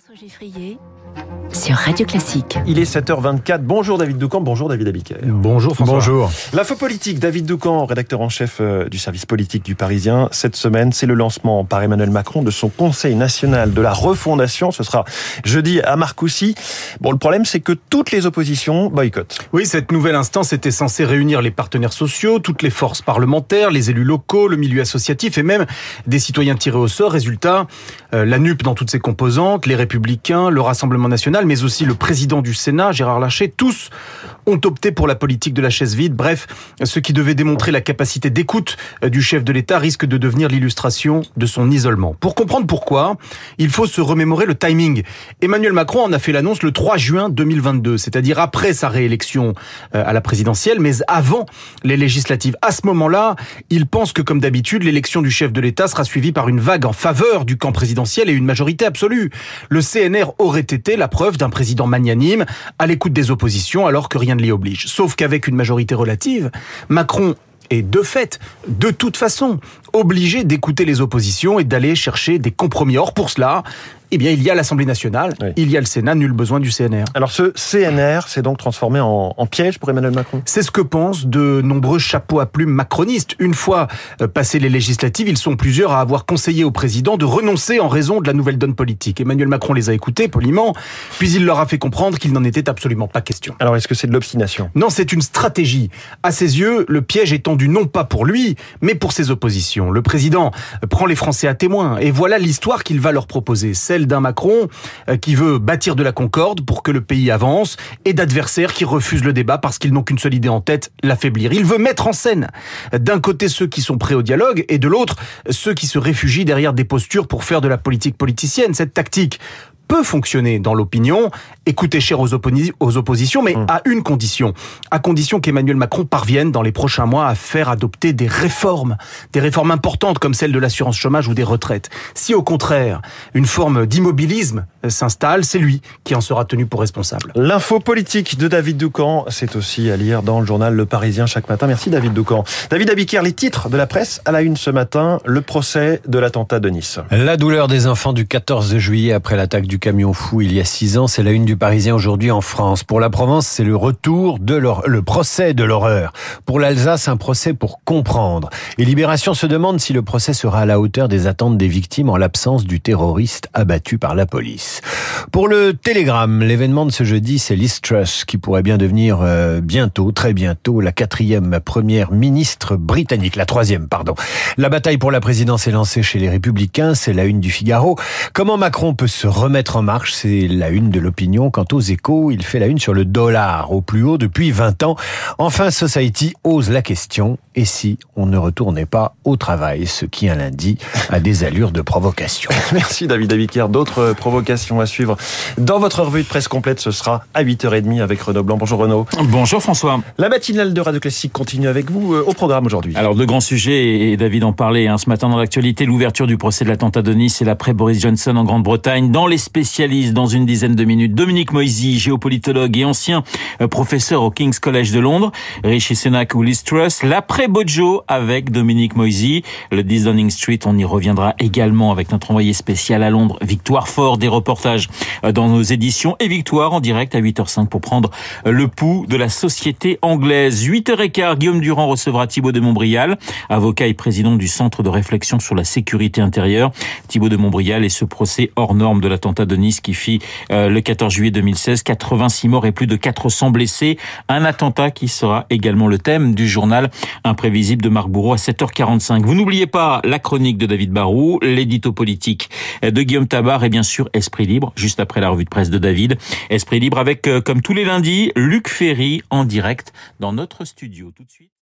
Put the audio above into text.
Geffrier sur Radio Classique. Il est 7h24. Bonjour David Doucan, bonjour David Abiker. Bonjour François. Bonjour. L'info politique, David Doucan, rédacteur en chef du service politique du Parisien. Cette semaine, c'est le lancement par Emmanuel Macron de son Conseil national de la refondation. Ce sera jeudi à Marcoussis. Bon, le problème, c'est que toutes les oppositions boycottent. Oui, cette nouvelle instance était censée réunir les partenaires sociaux, toutes les forces parlementaires, les élus locaux, le milieu associatif et même des citoyens tirés au sort. Résultat, la NUP dans toutes ses composantes, les Républicains, le Rassemblement national, mais aussi le président du Sénat, Gérard Larcher, tous ont opté pour la politique de la chaise vide. Bref, ce qui devait démontrer la capacité d'écoute du chef de l'État risque de devenir l'illustration de son isolement. Pour comprendre pourquoi, il faut se remémorer le timing. Emmanuel Macron en a fait l'annonce le 3 juin 2022, c'est-à-dire après sa réélection à la présidentielle, mais avant les législatives. À ce moment-là, il pense que, comme d'habitude, l'élection du chef de l'État sera suivie par une vague en faveur du camp présidentiel et une majorité absolue. Le CNR aurait été la preuve d'un président magnanime, à l'écoute des oppositions, alors que rien ne l'y oblige. Sauf qu'avec une majorité relative, Macron est de fait, de toute façon, obligé d'écouter les oppositions et d'aller chercher des compromis. Or, pour cela, eh bien, il y a l'Assemblée nationale, oui. Il y a le Sénat, nul besoin du CNR. Alors ce CNR s'est donc transformé en piège pour Emmanuel Macron. C'est ce que pensent de nombreux chapeaux à plumes macronistes. Une fois passées les législatives, ils sont plusieurs à avoir conseillé au président de renoncer en raison de la nouvelle donne politique. Emmanuel Macron les a écoutés poliment, puis il leur a fait comprendre qu'il n'en était absolument pas question. Alors est-ce que c'est de l'obstination ? Non, c'est une stratégie. À ses yeux, le piège est tendu non pas pour lui, mais pour ses oppositions. Le président prend les Français à témoin, et voilà l'histoire qu'il va leur proposer. Celle d'un Macron qui veut bâtir de la concorde pour que le pays avance et d'adversaires qui refusent le débat parce qu'ils n'ont qu'une seule idée en tête, l'affaiblir. Il veut mettre en scène d'un côté ceux qui sont prêts au dialogue et de l'autre ceux qui se réfugient derrière des postures pour faire de la politique politicienne. Cette tactique peut fonctionner dans l'opinion, écouter cher aux oppositions, mais à une condition. À condition qu'Emmanuel Macron parvienne dans les prochains mois à faire adopter des réformes importantes comme celle de l'assurance chômage ou des retraites. Si au contraire, une forme d'immobilisme s'installe, c'est lui qui en sera tenu pour responsable. L'info politique de David Doucan, c'est aussi à lire dans le journal Le Parisien chaque matin. Merci David Doucan. David Abiker, les titres de la presse à la une ce matin, le procès de l'attentat de Nice. La douleur des enfants du 14 juillet après l'attaque du camion fou il y a 6 ans, c'est la une du Parisien aujourd'hui en France. Pour la Provence, c'est le retour de le procès de l'horreur. Pour l'Alsace, un procès pour comprendre. Et Libération se demande si le procès sera à la hauteur des attentes des victimes en l'absence du terroriste abattu par la police. Pour le Télégramme, l'événement de ce jeudi, c'est Liz Truss qui pourrait bien devenir bientôt, très bientôt, la 4e première ministre britannique, la 3e, pardon. La bataille pour la présidence est lancée chez les Républicains, c'est la une du Figaro. Comment Macron peut se remettre en marche, c'est la une de l'opinion. Quant aux Échos, il fait la une sur le dollar, au plus haut depuis 20 ans. Enfin, Society ose la question, et si on ne retournait pas au travail, ce qui un lundi a des allures de provocation. Merci David Abiker. D'autres provocations à suivre dans votre revue de presse complète, ce sera à 8h30 avec Renaud Blanc. Bonjour Renaud. Bonjour François. La matinale de Radio Classique continue avec vous au programme aujourd'hui. Alors de grands sujets, et David en parlait ce matin dans l'actualité, l'ouverture du procès de l'attentat de Nice et l'après Boris Johnson en Grande-Bretagne. Dans les spécialistes, dans une dizaine de minutes, Dominique Moisy, géopolitologue et ancien professeur au King's College de Londres, Rishi Sunak ou Liz Truss, l'après Bojo avec Dominique Moisy, le 10 Downing Street, on y reviendra également avec notre envoyé spécial à Londres, Victoire Fort, des reportages dans nos éditions et Victoire en direct à 8h05 pour prendre le pouls de la société anglaise. 8h15, Guillaume Durand recevra Thibaut de Montbrial, avocat et président du Centre de réflexion sur la sécurité intérieure. Thibaut de Montbrial et ce procès hors norme de l'attentat de Nice qui fit le 14 juillet 2016, 86 morts et plus de 400 blessés. Un attentat qui sera également le thème du journal imprévisible de Marc Bourreau à 7h45. Vous n'oubliez pas la chronique de David Barrou, l'édito politique de Guillaume Tabar et bien sûr Esprit Libre, juste après la revue de presse de David. Esprit Libre avec, comme tous les lundis, Luc Ferry en direct dans notre studio. Tout de suite.